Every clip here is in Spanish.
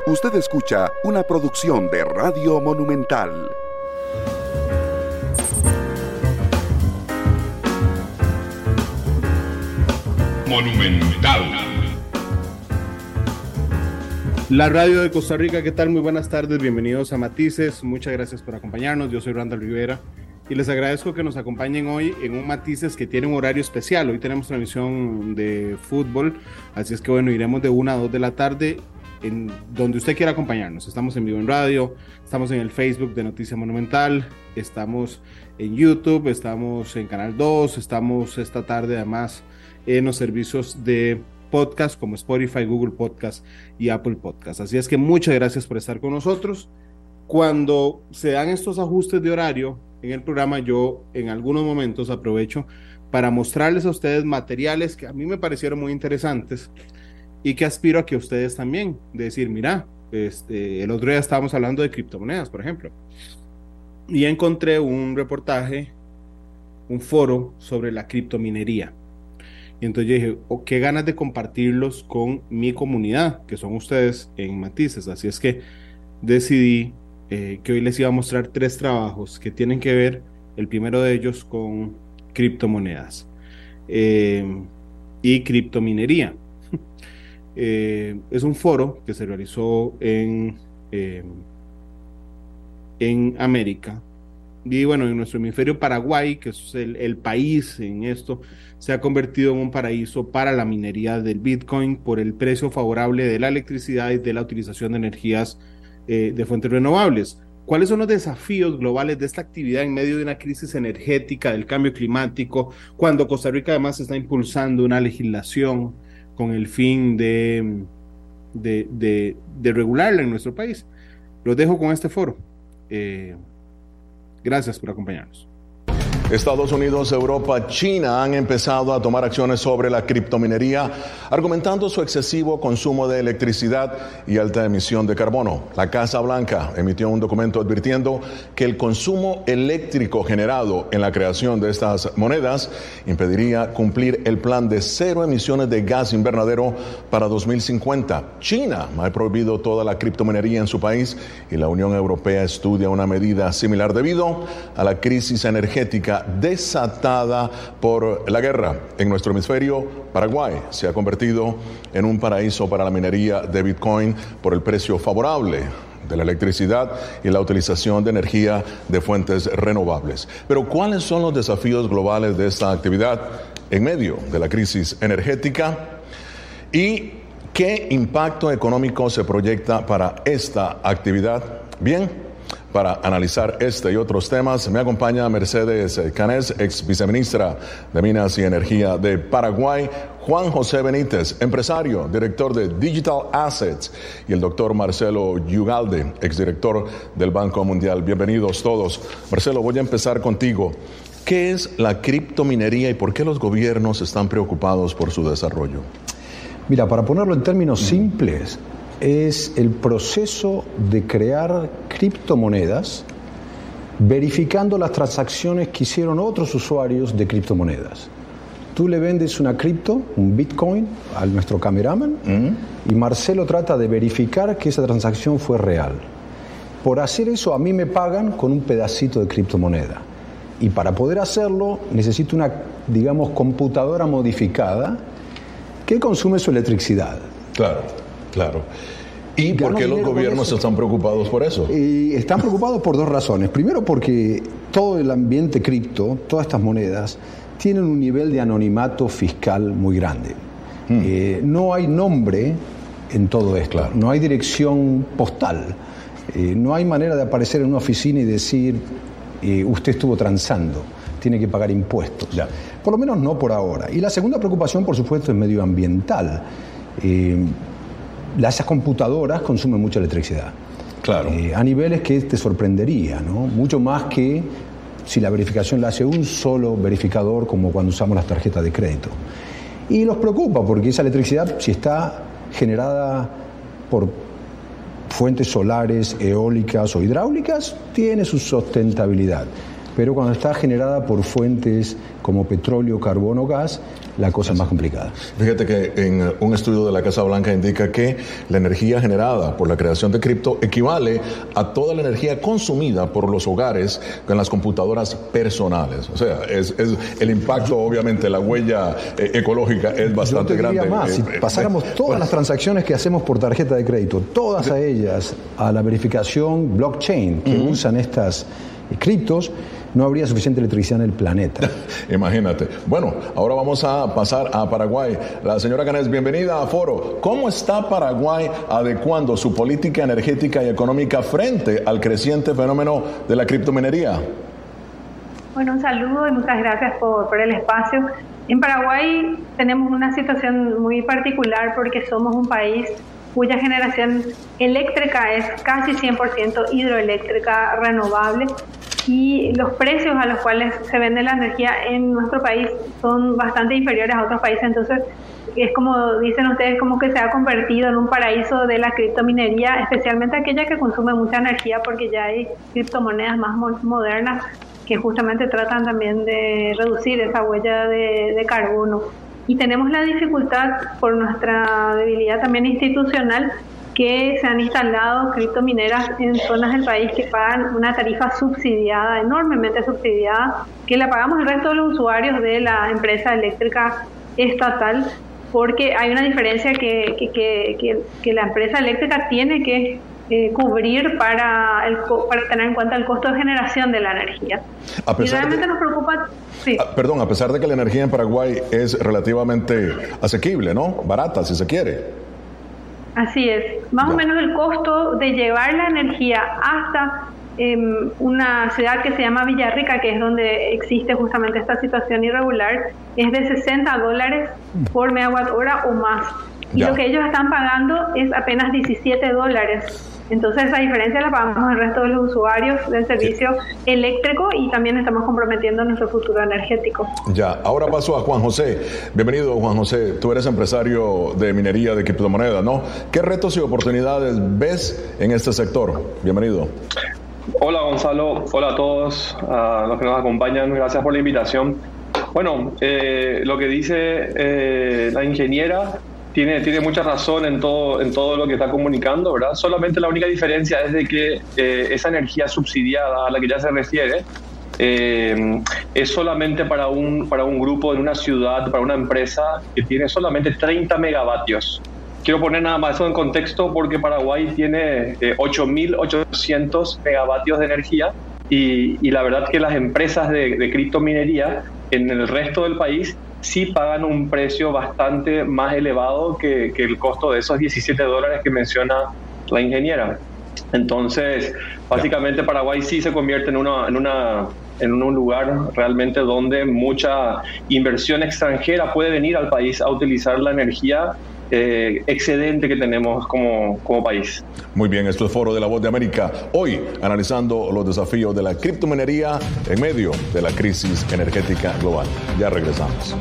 Usted escucha una producción de Radio Monumental. Monumental. La radio de Costa Rica, ¿qué tal? Muy buenas tardes, bienvenidos a Matices, muchas gracias por acompañarnos, yo soy Randall Rivera y les agradezco que nos acompañen hoy en un Matices que tiene un horario especial. Hoy tenemos transmisión de fútbol, así es que bueno, iremos de 1 a 2 de la tarde en donde usted quiera acompañarnos. Estamos en vivo en radio, estamos en el Facebook de Noticia Monumental, estamos en YouTube, estamos en Canal 2, estamos esta tarde además en los servicios de podcast como Spotify, Google Podcast y Apple Podcast. Así es que muchas gracias por estar con nosotros. Cuando se dan estos ajustes de horario en el programa, yo en algunos momentos aprovecho para mostrarles a ustedes materiales que a mí me parecieron muy interesantes y que aspiro a que ustedes también, de decir, mira, el otro día estábamos hablando de criptomonedas, por ejemplo, y encontré un reportaje, un foro sobre la criptominería. Y entonces yo dije, qué ganas de compartirlos con mi comunidad, que son ustedes en Matices. Así es que decidí que hoy les iba a mostrar 3 trabajos que tienen que ver, el primero de ellos con criptomonedas y criptominería. Es un foro que se realizó en América. Y bueno, en nuestro hemisferio Paraguay, que es el país en esto, se ha convertido en un paraíso para la minería del Bitcoin por el precio favorable de la electricidad y de la utilización de energías de fuentes renovables. ¿Cuáles son los desafíos globales de esta actividad en medio de una crisis energética, del cambio climático, cuando Costa Rica además está impulsando una legislación con el fin de regularla en nuestro país? Los dejo con este foro. Gracias por acompañarnos. Estados Unidos, Europa, China han empezado a tomar acciones sobre la criptominería, argumentando su excesivo consumo de electricidad y alta emisión de carbono. La Casa Blanca emitió un documento advirtiendo que el consumo eléctrico generado en la creación de estas monedas impediría cumplir el plan de 0 emisiones de gas invernadero para 2050. China ha prohibido toda la criptominería en su país y la Unión Europea estudia una medida similar debido a la crisis energética desatada por la guerra. En nuestro hemisferio, Paraguay se ha convertido en un paraíso para la minería de Bitcoin por el precio favorable de la electricidad y la utilización de energía de fuentes renovables. Pero ¿cuáles son los desafíos globales de esta actividad en medio de la crisis energética? ¿Y qué impacto económico se proyecta para esta actividad? Bien, para analizar este y otros temas, me acompaña Mercedes Canés, ex viceministra de Minas y Energía de Paraguay, Juan José Benítez, empresario, director de Digital Assets, y el doctor Marcelo Ugalde, exdirector del Banco Mundial. Bienvenidos todos. Marcelo, voy a empezar contigo. ¿Qué es la criptominería y por qué los gobiernos están preocupados por su desarrollo? Mira, para ponerlo en términos simples, es el proceso de crear criptomonedas verificando las transacciones que hicieron otros usuarios de criptomonedas. Tú le vendes una cripto, un Bitcoin, a nuestro cameraman y Marcelo trata de verificar que esa transacción fue real. Por hacer eso a mí me pagan con un pedacito de criptomoneda. Y para poder hacerlo necesito una, digamos, computadora modificada que consume su electricidad. Claro, claro. ¿Y por qué los gobiernos están preocupados por eso? Están preocupados por 2 razones. Primero, porque todo el ambiente cripto, todas estas monedas, tienen un nivel de anonimato fiscal muy grande. No hay nombre en todo esto, claro. No hay dirección postal, no hay manera de aparecer en una oficina y decir usted estuvo transando, tiene que pagar impuestos. Ya. Por lo menos no por ahora. Y la segunda preocupación, por supuesto, es medioambiental. Esas computadoras consumen mucha electricidad. Claro. A niveles que te sorprendería, ¿no? Mucho más que si la verificación la hace un solo verificador, como cuando usamos las tarjetas de crédito. Y los preocupa porque esa electricidad, si está generada por fuentes solares, eólicas o hidráulicas, tiene su sustentabilidad. pero cuando está generada por fuentes como petróleo, carbón o gas, la cosa es más complicada. Fíjate que en un estudio de la Casa Blanca indica que la energía generada por la creación de cripto equivale a toda la energía consumida por los hogares con las computadoras personales. O sea, es el impacto, obviamente, la huella ecológica es bastante grande. Yo te diría más, si pasáramos todas las transacciones que hacemos por tarjeta de crédito, todas a ellas, a la verificación blockchain que usan estas criptos, no habría suficiente electricidad en el planeta. Imagínate. Bueno, ahora vamos a pasar a Paraguay. La señora Canés, bienvenida a Foro. ¿Cómo está Paraguay adecuando su política energética y económica frente al creciente fenómeno de la criptominería? Bueno, un saludo y muchas gracias por el espacio. En Paraguay tenemos una situación muy particular porque somos un país cuya generación eléctrica es casi 100% hidroeléctrica renovable, y los precios a los cuales se vende la energía en nuestro país son bastante inferiores a otros países. Entonces es como dicen ustedes, como que se ha convertido en un paraíso de la criptominería, especialmente aquella que consume mucha energía, porque ya hay criptomonedas más modernas que justamente tratan también de reducir esa huella de carbono. Y tenemos la dificultad, por nuestra debilidad también institucional, que se han instalado criptomineras en zonas del país que pagan una tarifa subsidiada, enormemente subsidiada, que la pagamos el resto de los usuarios de la empresa eléctrica estatal, porque hay una diferencia que la empresa eléctrica tiene que cubrir para tener en cuenta el costo de generación de la energía. Y realmente nos preocupa... Sí. Perdón, a pesar de que la energía en Paraguay es relativamente asequible, ¿no? Barata, si se quiere. Así es. Más o menos el costo de llevar la energía hasta una ciudad que se llama Villarrica, que es donde existe justamente esta situación irregular, es de $60 por megawatt hora o más. Y lo que ellos están pagando es apenas $17. Entonces esa diferencia la pagamos el resto de los usuarios del servicio eléctrico, y también estamos comprometiendo nuestro futuro energético. Ya, ahora paso a Juan José. Bienvenido, Juan José. Tú eres empresario de minería de criptomonedas, ¿no? ¿Qué retos y oportunidades ves en este sector? Bienvenido. Hola, Gonzalo. Hola a todos, a los que nos acompañan. Gracias por la invitación. Bueno, lo que dice la ingeniera tiene mucha razón en todo lo que está comunicando, ¿verdad? Solamente la única diferencia es de que esa energía subsidiada a la que ya se refiere es solamente para un grupo en una ciudad, para una empresa que tiene solamente 30 megavatios. Quiero poner nada más eso en contexto porque Paraguay tiene 8.800 megavatios de energía, y la verdad que las empresas de criptominería en el resto del país sí pagan un precio bastante más elevado que el costo de esos $17 que menciona la ingeniera. Entonces, básicamente Paraguay sí se convierte en un lugar realmente donde mucha inversión extranjera puede venir al país a utilizar la energía excedente que tenemos como país. Muy bien, esto es Foro de la Voz de América. Hoy analizando los desafíos de la criptominería en medio de la crisis energética global. Ya regresamos.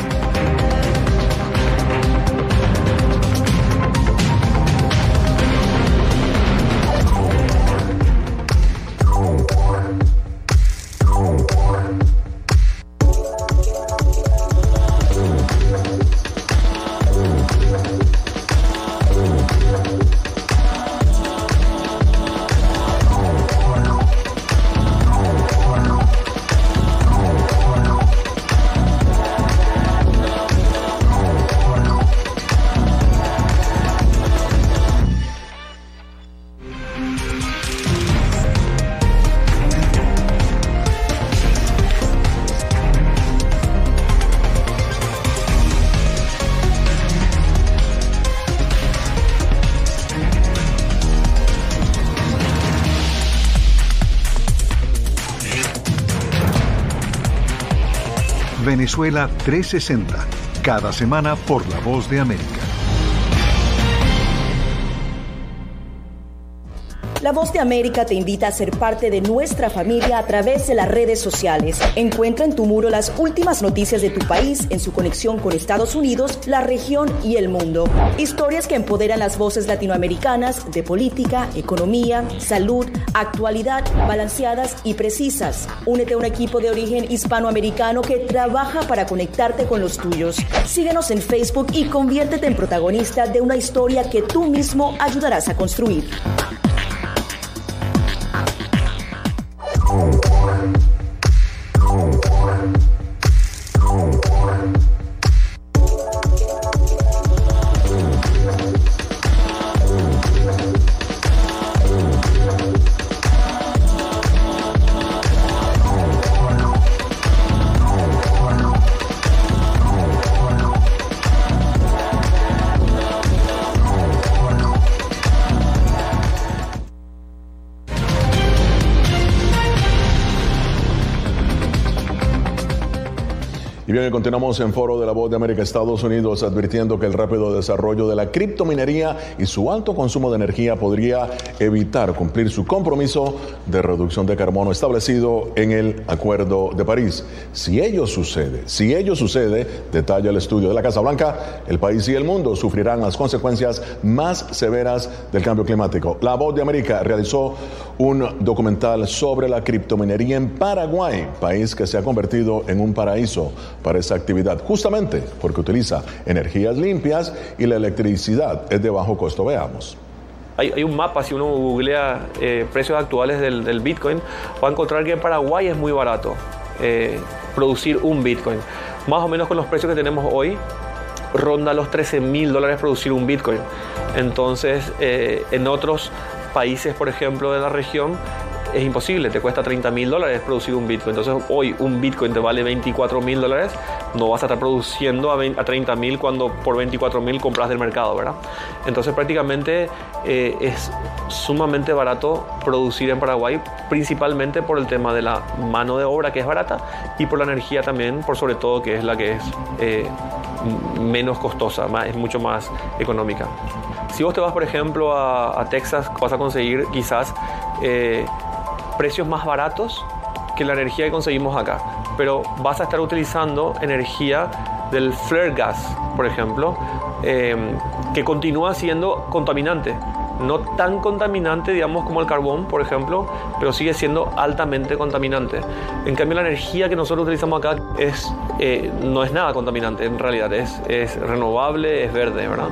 Venezuela 360, cada semana por La Voz de América. La Voz de América te invita a ser parte de nuestra familia a través de las redes sociales. Encuentra en tu muro las últimas noticias de tu país en su conexión con Estados Unidos, la región y el mundo. Historias que empoderan las voces latinoamericanas de política, economía, salud, actualidad, balanceadas y precisas. Únete a un equipo de origen hispanoamericano que trabaja para conectarte con los tuyos. Síguenos en Facebook y conviértete en protagonista de una historia que tú mismo ayudarás a construir. Y bien, continuamos en Foro de la Voz de América, Estados Unidos, advirtiendo que el rápido desarrollo de la criptominería y su alto consumo de energía podría evitar cumplir su compromiso de reducción de carbono establecido en el Acuerdo de París. Si ello sucede, detalla el estudio de la Casa Blanca, el país y el mundo sufrirán las consecuencias más severas del cambio climático. La Voz de América realizó un documental sobre la criptominería en Paraguay, país que se ha convertido en un paraíso para esa actividad, justamente porque utiliza energías limpias y la electricidad es de bajo costo. Veamos. Hay un mapa, si uno googlea precios actuales del Bitcoin, va a encontrar que en Paraguay es muy barato producir un Bitcoin. Más o menos con los precios que tenemos hoy, ronda los $13,000 producir un Bitcoin. Entonces, en otros países, por ejemplo, de la región, es imposible, te cuesta $30,000 producir un Bitcoin. Entonces hoy un Bitcoin te vale $24,000, no vas a estar produciendo a $30,000 cuando por $24,000 compras del mercado, ¿verdad? Entonces prácticamente es sumamente barato producir en Paraguay, principalmente por el tema de la mano de obra, que es barata, y por la energía también, por sobre todo, que es la que es menos costosa, es mucho más económica. Si vos te vas, por ejemplo, a Texas, vas a conseguir quizás precios más baratos que la energía que conseguimos acá, pero vas a estar utilizando energía del flare gas, por ejemplo, que continúa siendo contaminante, no tan contaminante, digamos, como el carbón, por ejemplo, pero sigue siendo altamente contaminante. En cambio, la energía que nosotros utilizamos acá no es nada contaminante, en realidad es renovable, es verde, ¿verdad?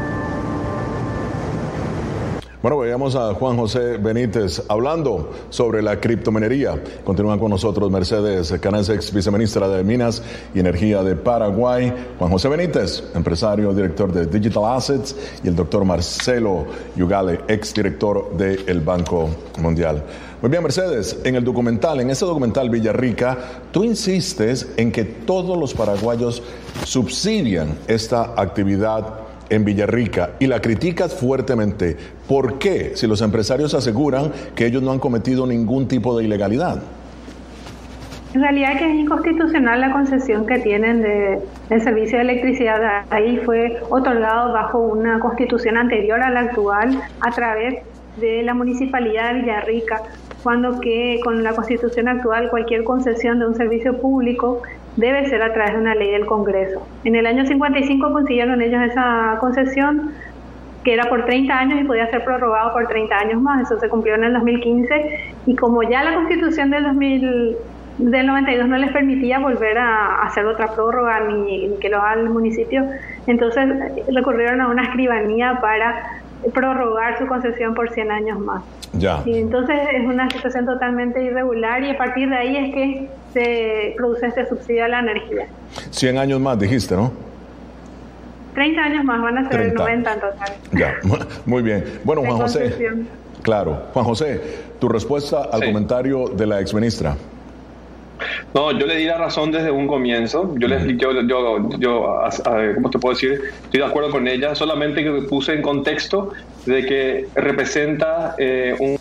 Bueno, veamos a Juan José Benítez hablando sobre la criptominería. Continúa con nosotros Mercedes Canés, ex viceministra de Minas y Energía de Paraguay. Juan José Benítez, empresario, director de Digital Assets, y el doctor Marcelo Yugale, ex director del Banco Mundial. Muy bien, Mercedes, en ese documental Villarrica, tú insistes en que todos los paraguayos subsidian esta actividad en Villarrica y la criticas fuertemente. ¿Por qué? Si los empresarios aseguran que ellos no han cometido ningún tipo de ilegalidad. En realidad que es inconstitucional la concesión que tienen del servicio de electricidad. Ahí fue otorgado bajo una constitución anterior a la actual a través de la Municipalidad de Villarrica, cuando que con la constitución actual cualquier concesión de un servicio público debe ser a través de una ley del Congreso. En el año 55 consiguieron ellos esa concesión, que era por 30 años y podía ser prorrogado por 30 años más. Eso se cumplió en el 2015, y como ya la Constitución del 92 no les permitía volver a hacer otra prórroga ni que lo haga el municipio, entonces recurrieron a una escribanía para prorrogar su concesión por 100 años más. Ya. Y entonces es una situación totalmente irregular, y a partir de ahí es que se produce este subsidio a la energía. 100 años más dijiste, ¿no? 30 años más, van a ser 90 en total. Ya, muy bien. Bueno, Juan José. Claro. Juan José, tu respuesta al comentario de la exministra. No, yo le di la razón desde un comienzo. Yo le expliqué, ¿cómo te puedo decir? Estoy de acuerdo con ella, solamente que puse en contexto de que representa un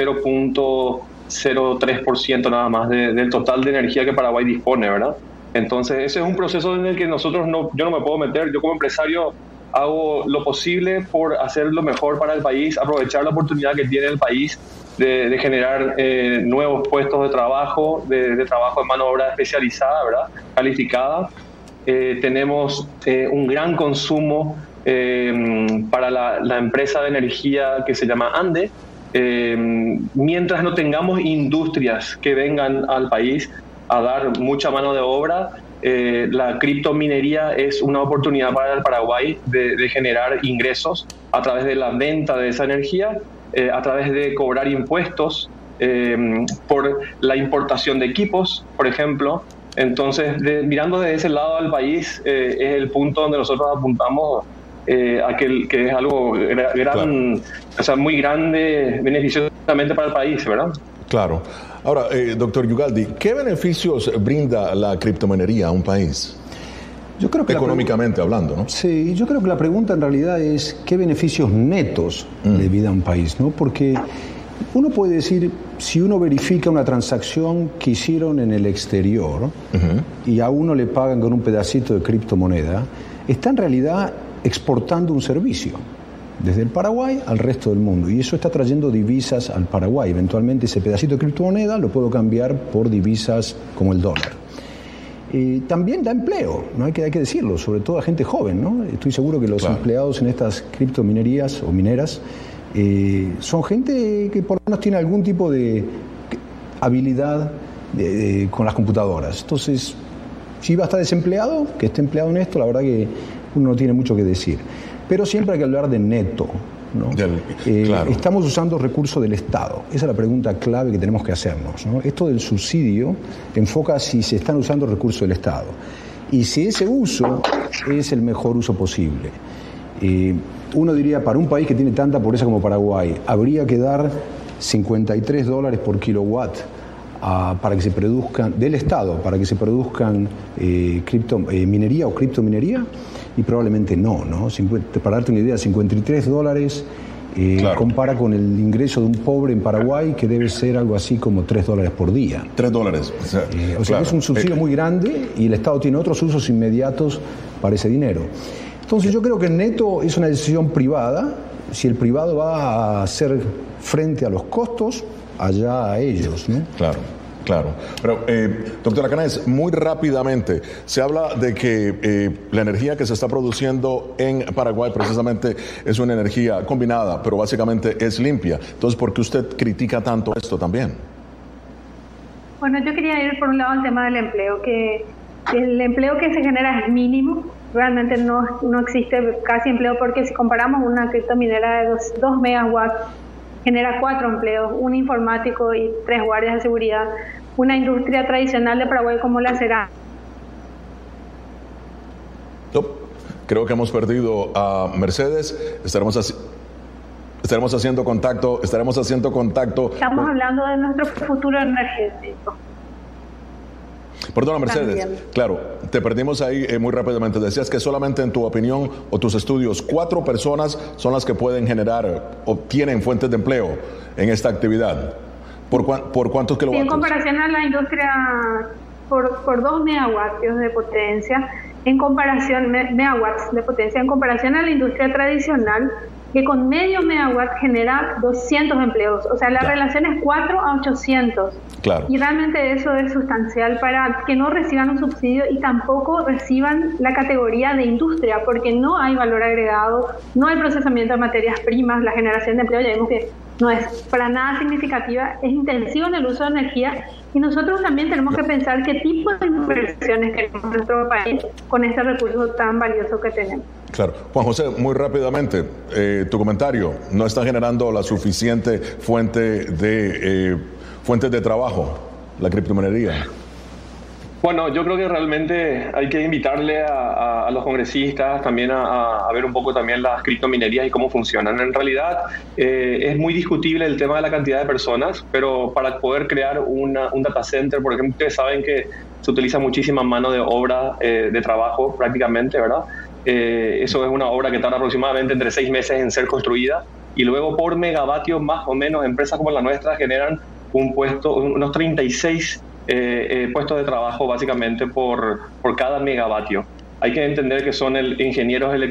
0.03% nada más del total de energía que Paraguay dispone, ¿verdad? Entonces, ese es un proceso en el que nosotros yo no me puedo meter. Yo como empresario hago lo posible por hacer lo mejor para el país, aprovechar la oportunidad que tiene el país de generar nuevos puestos de trabajo, de trabajo de mano de obra especializada, ¿verdad? Calificada. Tenemos un gran consumo para la empresa de energía que se llama ANDE. Mientras no tengamos industrias que vengan al país a dar mucha mano de obra, la criptominería es una oportunidad para el Paraguay de generar ingresos a través de la venta de esa energía, a través de cobrar impuestos por la importación de equipos, por ejemplo. Entonces, mirando desde ese lado al país, es el punto donde nosotros apuntamos a que es algo gran, o sea, muy grande, beneficiosamente para el país, ¿verdad? Claro. Ahora, doctor Ugalde, ¿qué beneficios brinda la criptominería a un país? Yo creo que económicamente hablando, ¿no? Sí, yo creo que la pregunta en realidad es ¿qué beneficios netos le vida a un país? ¿No? Porque uno puede decir, si uno verifica una transacción que hicieron en el exterior y a uno le pagan con un pedacito de criptomoneda, está en realidad exportando un servicio desde el Paraguay al resto del mundo, y eso está trayendo divisas al Paraguay. Eventualmente ese pedacito de criptomoneda lo puedo cambiar por divisas como el dólar. También da empleo, ¿no? Hay que decirlo, sobre todo a gente joven, ¿no? Estoy seguro que los empleados en estas criptominerías o mineras son gente que por lo menos tiene algún tipo de habilidad con las computadoras. Entonces, si va a estar desempleado, que esté empleado en esto, la verdad que uno no tiene mucho que decir. Pero siempre hay que hablar de neto, ¿no? Estamos usando recursos del Estado. Esa es la pregunta clave que tenemos que hacernos, ¿no? Esto del subsidio enfoca si se están usando recursos del Estado y si ese uso es el mejor uso posible. Uno diría, para un país que tiene tanta pobreza como Paraguay, habría que dar $53 por kilowatt para que se produzcan, del Estado, para que se produzcan minería o criptominería, y probablemente no. Para darte una idea, $53 compara con el ingreso de un pobre en Paraguay, que debe ser algo así como $3 por día. $3. O sea, es un subsidio muy grande y el Estado tiene otros usos inmediatos para ese dinero. Entonces yo creo que el neto es una decisión privada. Si el privado va a hacer frente a los costos, allá a ellos, ¿no? Claro. Pero, doctora Canales, muy rápidamente, se habla de que la energía que se está produciendo en Paraguay precisamente es una energía combinada, pero básicamente es limpia. Entonces, ¿por qué usted critica tanto esto también? Bueno, yo quería ir por un lado al tema del empleo, que el empleo que se genera es mínimo. Realmente no existe casi empleo, porque si comparamos una criptominera de 2 megawatts, genera 4 empleos, un informático y 3 guardias de seguridad. Una industria tradicional de Paraguay como la cerámica. Creo que hemos perdido a Mercedes. Estaremos haciendo contacto. Estamos hablando de nuestro futuro energético. Perdona, Mercedes. También. Claro, te perdimos ahí muy rápidamente. Decías que solamente en tu opinión o tus estudios 4 personas son las que pueden generar o tienen fuentes de empleo en esta actividad. ¿Por cuántos kilowatts? En comparación a la industria, por 2 megawatts de potencia, en comparación a la industria tradicional, que con medio megawatt genera 200 empleos. O sea, la relación es 4 a 800. Claro. Y realmente eso es sustancial para que no reciban un subsidio y tampoco reciban la categoría de industria, porque no hay valor agregado, no hay procesamiento de materias primas, la generación de empleo ya vimos que no es para nada significativa, es intensivo en el uso de energía, y nosotros también tenemos que pensar qué tipo de inversiones queremos en nuestro país con este recurso tan valioso que tenemos. Claro. Juan José, muy rápidamente, tu comentario. ¿No está generando la suficiente fuentes de trabajo la criptominería? Bueno, yo creo que realmente hay que invitarle a los congresistas también a ver un poco también las criptominerías y cómo funcionan. En realidad es muy discutible el tema de la cantidad de personas, pero para poder crear un data center, por ejemplo, ustedes saben que se utiliza muchísima mano de obra de trabajo prácticamente, ¿verdad? Eso es una obra que tarda aproximadamente entre 6 meses en ser construida, y luego por megavatio más o menos empresas como la nuestra generan unos 36 puestos de trabajo básicamente por cada megavatio. Hay que entender que son ingenieros electromecánicos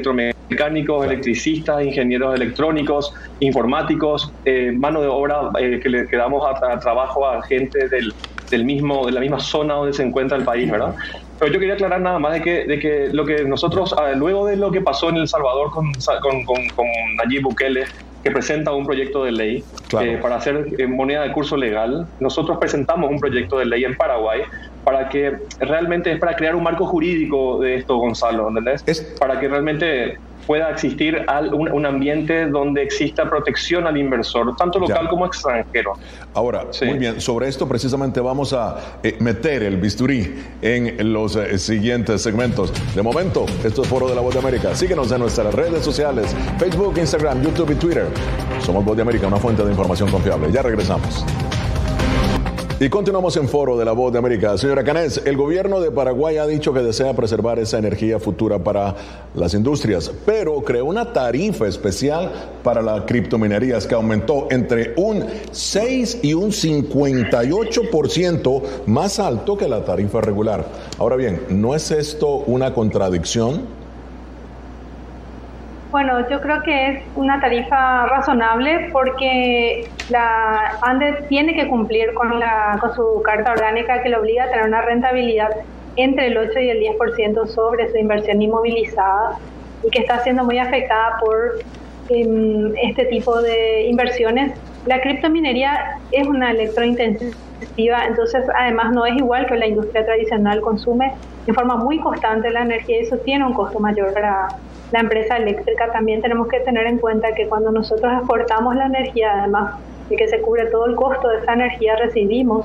mecánicos, electricistas, ingenieros electrónicos, informáticos, mano de obra que le damos a trabajo a gente de la misma zona donde se encuentra el país, ¿verdad? Pero yo quería aclarar nada más de que lo que nosotros, luego de lo que pasó en El Salvador con Nayib Bukele, que presenta un proyecto de ley para hacer moneda de curso legal, nosotros presentamos un proyecto de ley en Paraguay para que realmente es para crear un marco jurídico de esto, Gonzalo, ¿entendés? Para que realmente pueda existir un ambiente donde exista protección al inversor, tanto local como extranjero. Ahora, muy bien, sobre esto precisamente vamos a meter el bisturí en los siguientes segmentos. De momento, esto es Foro de la Voz de América. Síguenos en nuestras redes sociales, Facebook, Instagram, YouTube y Twitter. Somos Voz de América, una fuente de información confiable. Ya regresamos. Y continuamos en Foro de la Voz de América. Señora Canés, el gobierno de Paraguay ha dicho que desea preservar esa energía futura para las industrias, pero creó una tarifa especial para la criptominería que aumentó entre un 6 y un 58% más alto que la tarifa regular. Ahora bien, ¿no es esto una contradicción? Bueno, yo creo que es una tarifa razonable porque la ANDE tiene que cumplir con su carta orgánica que le obliga a tener una rentabilidad entre el 8 y el 10% sobre su inversión inmovilizada y que está siendo muy afectada por este tipo de inversiones. La criptominería es una electrointensiva, entonces además no es igual que la industria tradicional, consume de forma muy constante la energía y eso tiene un costo mayor para la empresa eléctrica. También tenemos que tener en cuenta que cuando nosotros exportamos la energía, además de que se cubre todo el costo de esa energía, recibimos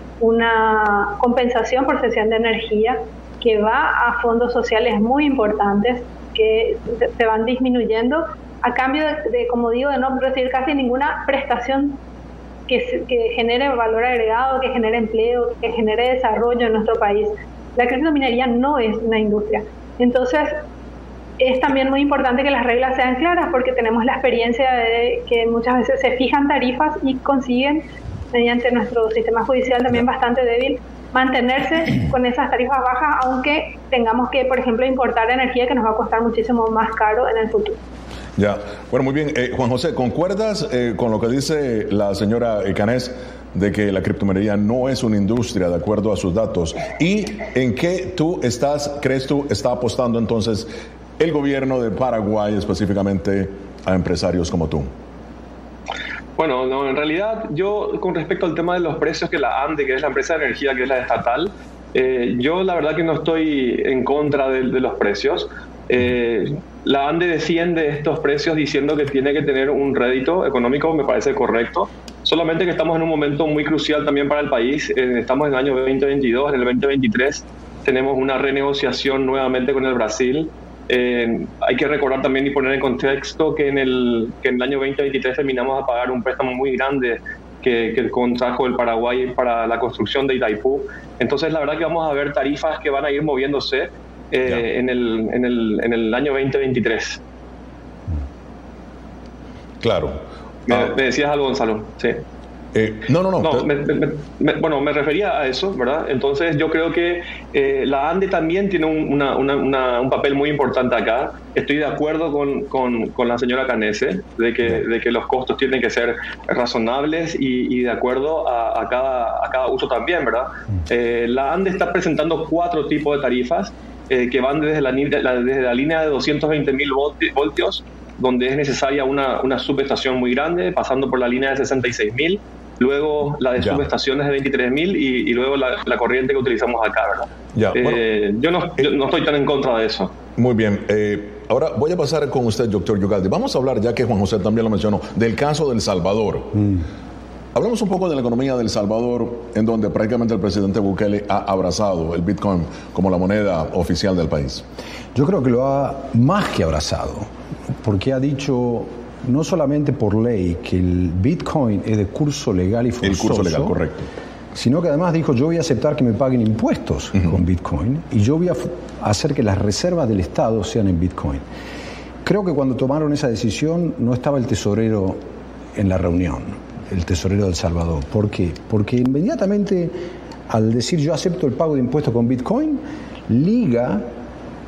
una compensación por cesión de energía que va a fondos sociales muy importantes que se van disminuyendo a cambio de, como digo, de no recibir casi ninguna prestación que genere valor agregado, que genere empleo, que genere desarrollo en nuestro país. La criptominería no es una industria. Entonces, es también muy importante que las reglas sean claras porque tenemos la experiencia de que muchas veces se fijan tarifas y consiguen, mediante nuestro sistema judicial también bastante débil, mantenerse con esas tarifas bajas, aunque tengamos que, por ejemplo, importar energía que nos va a costar muchísimo más caro en el futuro. Ya, bueno, muy bien. Juan José, ¿concuerdas con lo que dice la señora Canés de que la criptominería no es una industria de acuerdo a sus datos? ¿Y en qué crees tú está apostando entonces el gobierno de Paraguay específicamente a empresarios como tú? Bueno, no, en realidad yo con respecto al tema de los precios que la ANDE, que es la empresa de energía, que es la estatal, yo la verdad que no estoy en contra de los precios. La ANDE defiende estos precios diciendo que tiene que tener un rédito económico, me parece correcto. Solamente que estamos en un momento muy crucial también para el país. Estamos en el año 2022, en el 2023 tenemos una renegociación nuevamente con el Brasil. Hay que recordar también y poner en contexto que en el año 2023 terminamos a pagar un préstamo muy grande que contrajo el Paraguay para la construcción de Itaipú. Entonces la verdad que vamos a ver tarifas que van a ir moviéndose en el año 2023. Claro. ¿Me decías algo, Gonzalo? Sí. No. Bueno, me refería a eso, ¿verdad? Entonces yo creo que la ANDE también tiene un papel muy importante acá. Estoy de acuerdo con la señora Canese de que los costos tienen que ser razonables y de acuerdo a cada uso también, ¿verdad? La ANDE está presentando 4 tipos de tarifas que van desde la línea de 220.000 voltios, donde es necesaria una subestación muy grande, pasando por la línea de 66.000, luego la de subestaciones de 23.000 y luego la corriente que utilizamos acá, ¿verdad? Yo no estoy tan en contra de eso. Muy bien. Ahora voy a pasar con usted, doctor Ugalde. Vamos a hablar, ya que Juan José también lo mencionó, del caso de El Salvador. Hablamos un poco de la economía de El Salvador, en donde prácticamente el presidente Bukele ha abrazado el Bitcoin como la moneda oficial del país. Yo creo que lo ha más que abrazado, porque ha dicho no solamente por ley que el Bitcoin es de curso legal y forzoso. El curso legal, correcto. Sino que además dijo, yo voy a aceptar que me paguen impuestos con Bitcoin y yo voy a hacer que las reservas del Estado sean en Bitcoin. Creo que cuando tomaron esa decisión no estaba el tesorero en la reunión, el tesorero de El Salvador. ¿Por qué? Porque inmediatamente al decir yo acepto el pago de impuestos con Bitcoin, liga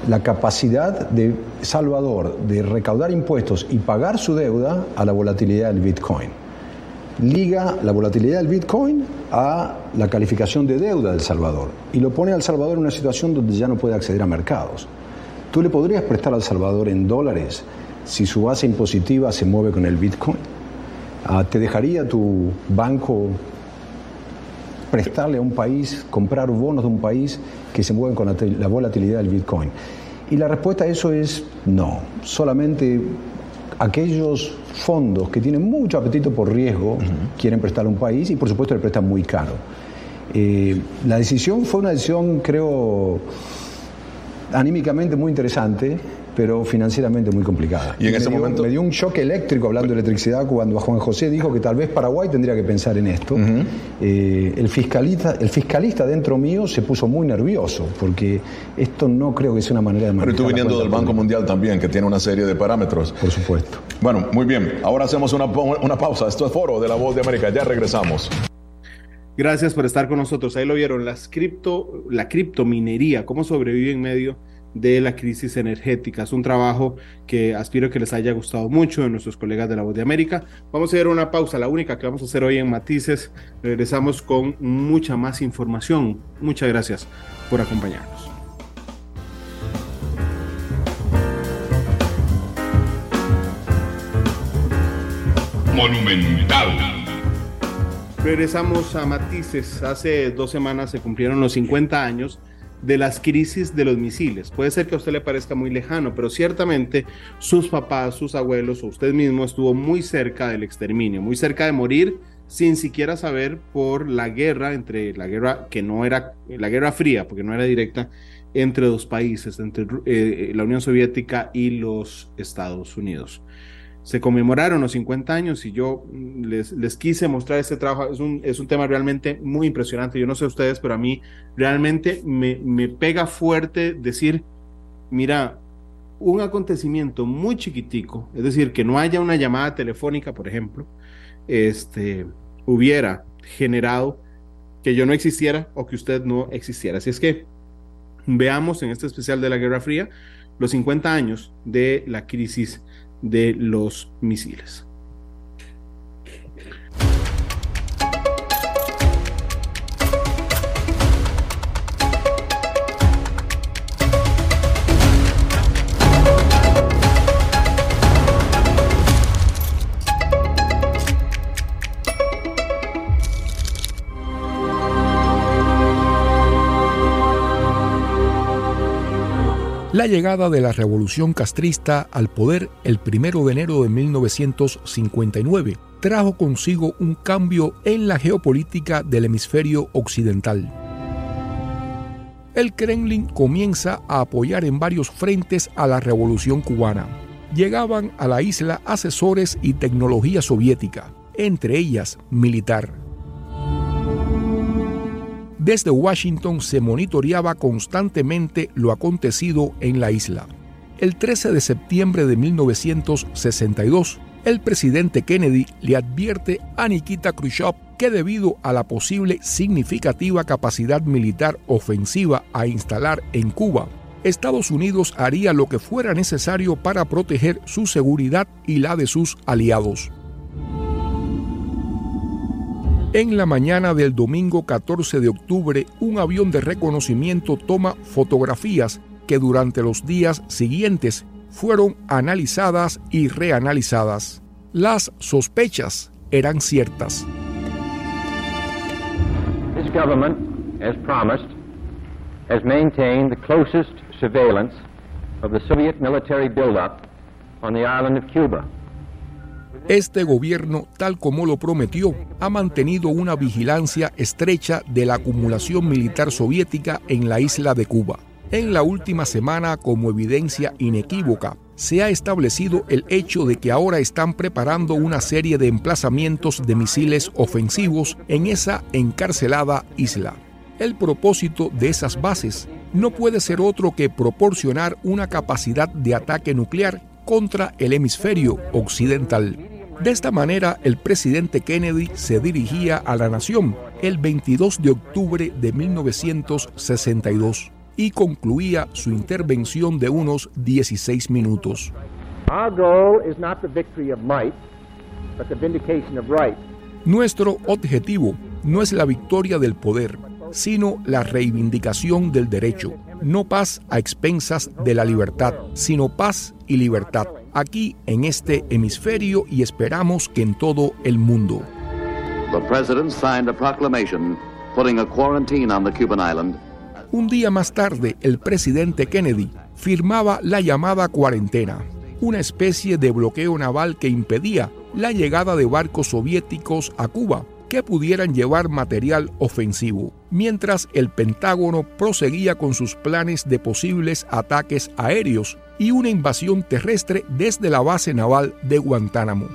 la capacidad de Salvador de recaudar impuestos y pagar su deuda a la volatilidad del Bitcoin. Liga la volatilidad del Bitcoin a la calificación de deuda del Salvador y lo pone al Salvador en una situación donde ya no puede acceder a mercados. ¿Tú le podrías prestar al Salvador en dólares si su base impositiva se mueve con el Bitcoin? ¿Te dejaría tu banco prestarle a un país, comprar bonos de un país que se mueven con la volatilidad del Bitcoin? Y la respuesta a eso es no. Solamente aquellos fondos que tienen mucho apetito por riesgo quieren prestarle a un país y por supuesto le prestan muy caro. La decisión fue una decisión, creo, anímicamente muy interesante, pero financieramente muy complicada. Y en ese momento me dio un shock eléctrico hablando de electricidad cuando Juan José dijo que tal vez Paraguay tendría que pensar en esto. El fiscalista dentro mío se puso muy nervioso porque esto no creo que sea una manera de manejar. Pero tú viniendo del Banco Mundial también, que tiene una serie de parámetros. Por supuesto. Bueno, muy bien. Ahora hacemos una pausa. Esto es Foro de La Voz de América. Ya regresamos. Gracias por estar con nosotros. Ahí lo vieron, la criptominería, cómo sobrevive en medio de la crisis energética. Es un trabajo que aspiro que les haya gustado mucho a nuestros colegas de La Voz de América. Vamos a hacer una pausa, la única que vamos a hacer hoy en Matices. Regresamos con mucha más información. Muchas gracias por acompañarnos. Monumental. Regresamos a Matices. Hace 2 semanas se cumplieron los 50 años de las crisis de los misiles. Puede ser que a usted le parezca muy lejano, pero ciertamente sus papás, sus abuelos o usted mismo estuvo muy cerca del exterminio, muy cerca de morir sin siquiera saber por la guerra que no era la Guerra Fría, porque no era directa, entre dos países, entre la Unión Soviética y los Estados Unidos. Se conmemoraron los 50 años y yo les quise mostrar este trabajo. Es un tema realmente muy impresionante. Yo no sé ustedes, pero a mí realmente me pega fuerte decir, mira, un acontecimiento muy chiquitico, es decir, que no haya una llamada telefónica, por ejemplo, hubiera generado que yo no existiera o que usted no existiera. Así es que veamos en este especial de la Guerra Fría los 50 años de la crisis de los misiles. La llegada de la revolución castrista al poder el 1 de enero de 1959 trajo consigo un cambio en la geopolítica del hemisferio occidental. El Kremlin comienza a apoyar en varios frentes a la revolución cubana. Llegaban a la isla asesores y tecnología soviética, entre ellas militar. Desde Washington se monitoreaba constantemente lo acontecido en la isla. El 13 de septiembre de 1962, el presidente Kennedy le advierte a Nikita Khrushchev que debido a la posible significativa capacidad militar ofensiva a instalar en Cuba, Estados Unidos haría lo que fuera necesario para proteger su seguridad y la de sus aliados. En la mañana del domingo 14 de octubre, un avión de reconocimiento toma fotografías que durante los días siguientes fueron analizadas y reanalizadas. Las sospechas eran ciertas. This government, as promised, has maintained the closest surveillance of the Soviet military buildup on the island of Cuba. Este gobierno, tal como lo prometió, ha mantenido una vigilancia estrecha de la acumulación militar soviética en la isla de Cuba. En la última semana, como evidencia inequívoca, se ha establecido el hecho de que ahora están preparando una serie de emplazamientos de misiles ofensivos en esa encarcelada isla. El propósito de esas bases no puede ser otro que proporcionar una capacidad de ataque nuclear contra el hemisferio occidental. De esta manera, el presidente Kennedy se dirigía a la nación el 22 de octubre de 1962. y concluía su intervención de unos 16 minutos. Nuestro objetivo no es la victoria del poder, sino la reivindicación del derecho. No paz a expensas de la libertad, sino paz y libertad, aquí en este hemisferio y esperamos que en todo el mundo. The president signed a proclamation putting a quarantine on the Cuban island. Un día más tarde, el presidente Kennedy firmaba la llamada cuarentena, una especie de bloqueo naval que impedía la llegada de barcos soviéticos a Cuba que pudieran llevar material ofensivo, mientras el Pentágono proseguía con sus planes de posibles ataques aéreos y una invasión terrestre desde la base naval de Guantánamo.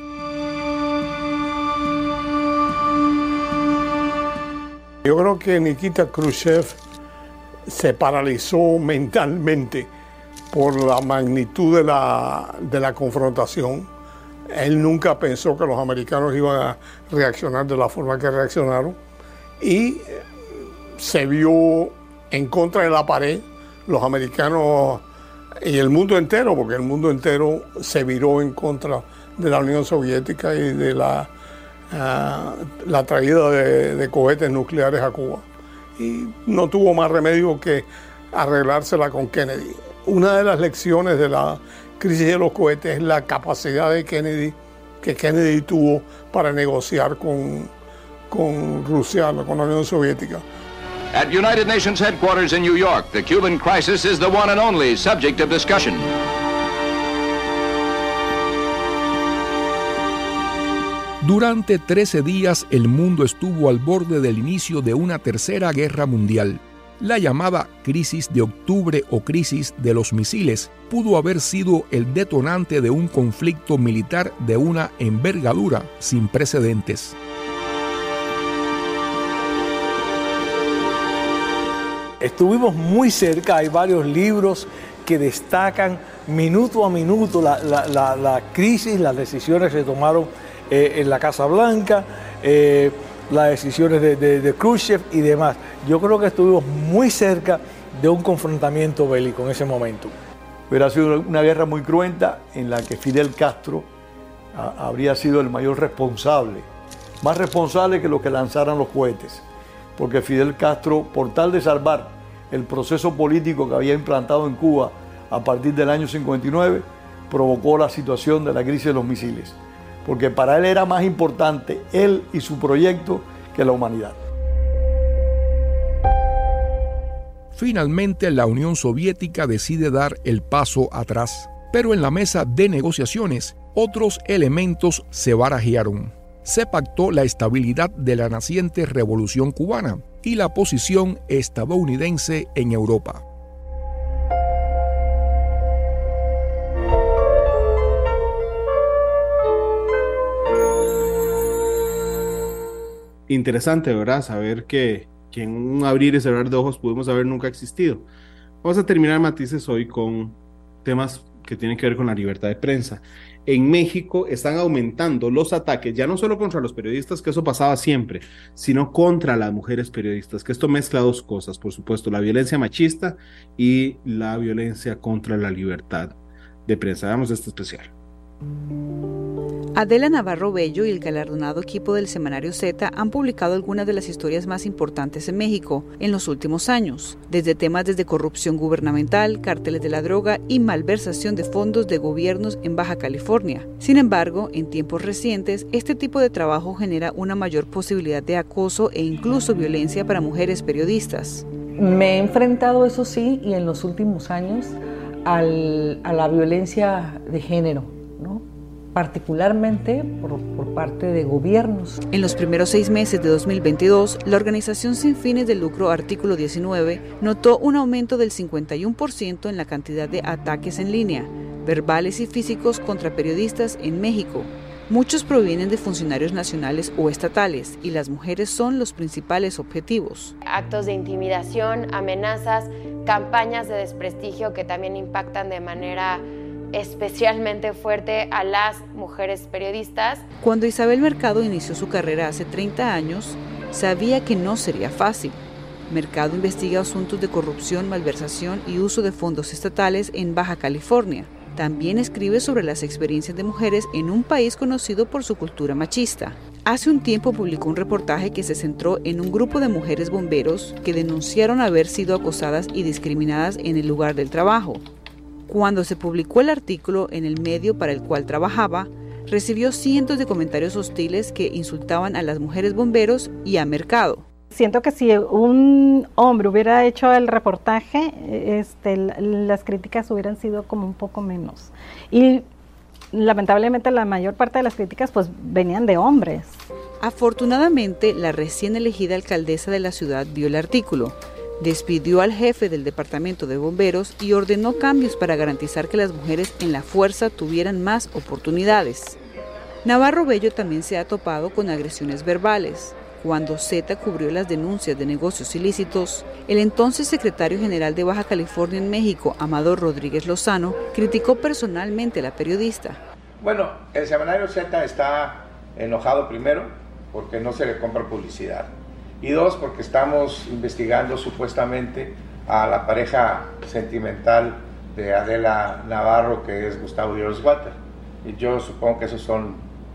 Yo creo que Nikita Khrushchev se paralizó mentalmente por la magnitud de la confrontación. Él nunca pensó que los americanos iban a reaccionar de la forma que reaccionaron y se vio en contra de la pared. Los americanos y el mundo entero, porque el mundo entero se viró en contra de la Unión Soviética y de la traída de cohetes nucleares a Cuba. Y no tuvo más remedio que arreglársela con Kennedy. Una de las lecciones de la crisis de los cohetes es la capacidad de que Kennedy tuvo para negociar con Rusia, con la Unión Soviética. At United Nations headquarters in New York, the Cuban crisis is the one and only subject of discussion. Durante 13 días el mundo estuvo al borde del inicio de una tercera guerra mundial. La llamada crisis de octubre o crisis de los misiles pudo haber sido el detonante de un conflicto militar de una envergadura sin precedentes. Estuvimos muy cerca, hay varios libros que destacan minuto a minuto la crisis, las decisiones que se tomaron en la Casa Blanca, las decisiones de Khrushchev y demás. Yo creo que estuvimos muy cerca de un confrontamiento bélico en ese momento. Hubiera sido una guerra muy cruenta en la que Fidel Castro habría sido el mayor responsable, más responsable que los que lanzaran los cohetes, porque Fidel Castro, por tal de salvar el proceso político que había implantado en Cuba a partir del año 59, provocó la situación de la crisis de los misiles, porque para él era más importante él y su proyecto que la humanidad. Finalmente, la Unión Soviética decide dar el paso atrás, pero en la mesa de negociaciones, otros elementos se barajearon. Se pactó la estabilidad de la naciente revolución cubana y la posición estadounidense en Europa. Interesante, ¿verdad? Saber que en un abrir y cerrar de ojos pudimos haber nunca existido. Vamos a terminar Matices hoy con temas que tienen que ver con la libertad de prensa. En México están aumentando los ataques, ya no solo contra los periodistas, que eso pasaba siempre, sino contra las mujeres periodistas, que esto mezcla dos cosas, por supuesto, la violencia machista y la violencia contra la libertad de prensa. Veamos este especial. Adela Navarro Bello y el galardonado equipo del semanario Z han publicado algunas de las historias más importantes en México en los últimos años, desde temas desde corrupción gubernamental, cárteles de la droga y malversación de fondos de gobiernos en Baja California. Sin embargo, en tiempos recientes, este tipo de trabajo genera una mayor posibilidad de acoso e incluso violencia para mujeres periodistas. Me he enfrentado, eso sí, y en los últimos años, a la violencia de género, ¿no? Particularmente por parte de gobiernos. En los primeros 6 meses de 2022, la organización sin fines de lucro Artículo 19 notó un aumento del 51% en la cantidad de ataques en línea, verbales y físicos contra periodistas en México. Muchos provienen de funcionarios nacionales o estatales y las mujeres son los principales objetivos. Actos de intimidación, amenazas, campañas de desprestigio que también impactan de manera especialmente fuerte a las mujeres periodistas. Cuando Isabel Mercado inició su carrera hace 30 años, sabía que no sería fácil. Mercado investiga asuntos de corrupción, malversación y uso de fondos estatales en Baja California. También escribe sobre las experiencias de mujeres en un país conocido por su cultura machista. Hace un tiempo publicó un reportaje que se centró en un grupo de mujeres bomberos que denunciaron haber sido acosadas y discriminadas en el lugar del trabajo. Cuando se publicó el artículo en el medio para el cual trabajaba, recibió cientos de comentarios hostiles que insultaban a las mujeres bomberos y a Mercado. Siento que si un hombre hubiera hecho el reportaje, las críticas hubieran sido como un poco menos. Y lamentablemente la mayor parte de las críticas pues venían de hombres. Afortunadamente, la recién elegida alcaldesa de la ciudad vio el artículo, despidió al jefe del departamento de bomberos y ordenó cambios para garantizar que las mujeres en la fuerza tuvieran más oportunidades. Navarro Bello también se ha topado con agresiones verbales. Cuando Z cubrió las denuncias de negocios ilícitos, el entonces secretario general de Baja California en México, Amador Rodríguez Lozano, criticó personalmente a la periodista. Bueno, el semanario Z está enojado primero porque no se le compra publicidad y dos porque estamos investigando supuestamente a la pareja sentimental de Adela Navarro, que es Gustavo Díaz Water, y yo supongo que esas son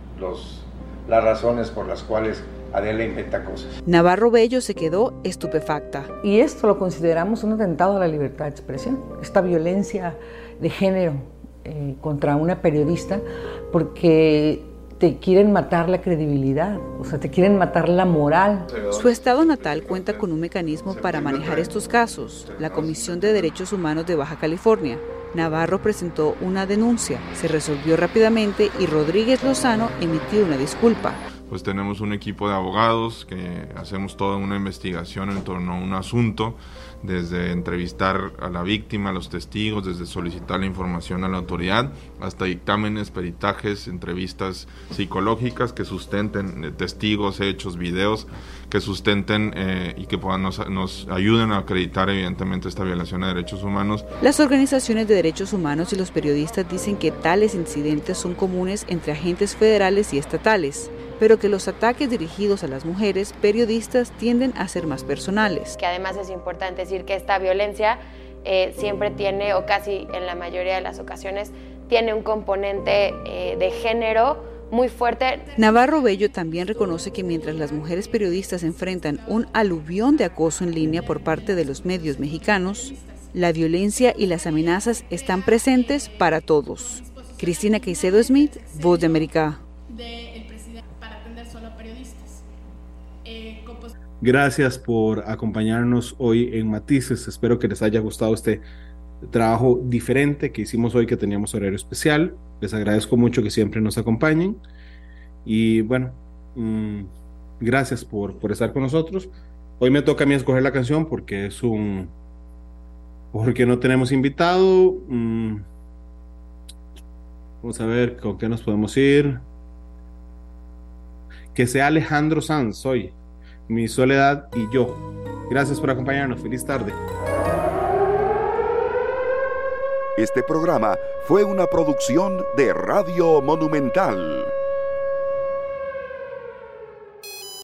las razones por las cuales Adela inventa cosas. Navarro Bello se quedó estupefacta. Y esto lo consideramos un atentado a la libertad de expresión, esta violencia de género contra una periodista, porque te quieren matar la credibilidad, o sea, te quieren matar la moral. Su estado natal cuenta con un mecanismo para manejar estos casos, la Comisión de Derechos Humanos de Baja California. Navarro presentó una denuncia, se resolvió rápidamente y Rodríguez Lozano emitió una disculpa. Pues tenemos un equipo de abogados que hacemos toda una investigación en torno a un asunto, desde entrevistar a la víctima, a los testigos, desde solicitar la información a la autoridad, hasta dictámenes, peritajes, entrevistas psicológicas que sustenten testigos, hechos, videos, que sustenten y que nos ayuden a acreditar evidentemente esta violación de derechos humanos. Las organizaciones de derechos humanos y los periodistas dicen que tales incidentes son comunes entre agentes federales y estatales, pero que los ataques dirigidos a las mujeres periodistas tienden a ser más personales. Que además es importante decir que esta violencia siempre tiene, o casi en la mayoría de las ocasiones, tiene un componente de género muy fuerte. Navarro Bello también reconoce que mientras las mujeres periodistas enfrentan un aluvión de acoso en línea por parte de los medios mexicanos, la violencia y las amenazas están presentes para todos. Cristina Caicedo Smith, Voz de América. Gracias por acompañarnos hoy en Matices. Espero que les haya gustado este trabajo diferente que hicimos hoy, que teníamos horario especial. Les agradezco mucho que siempre nos acompañen. Y bueno, gracias por estar con nosotros. Hoy me toca a mí escoger la canción porque porque no tenemos invitado. Vamos a ver con qué nos podemos ir. Que sea Alejandro Sanz hoy. Mi soledad y yo. Gracias por acompañarnos. Feliz tarde. Este programa fue una producción de Radio Monumental.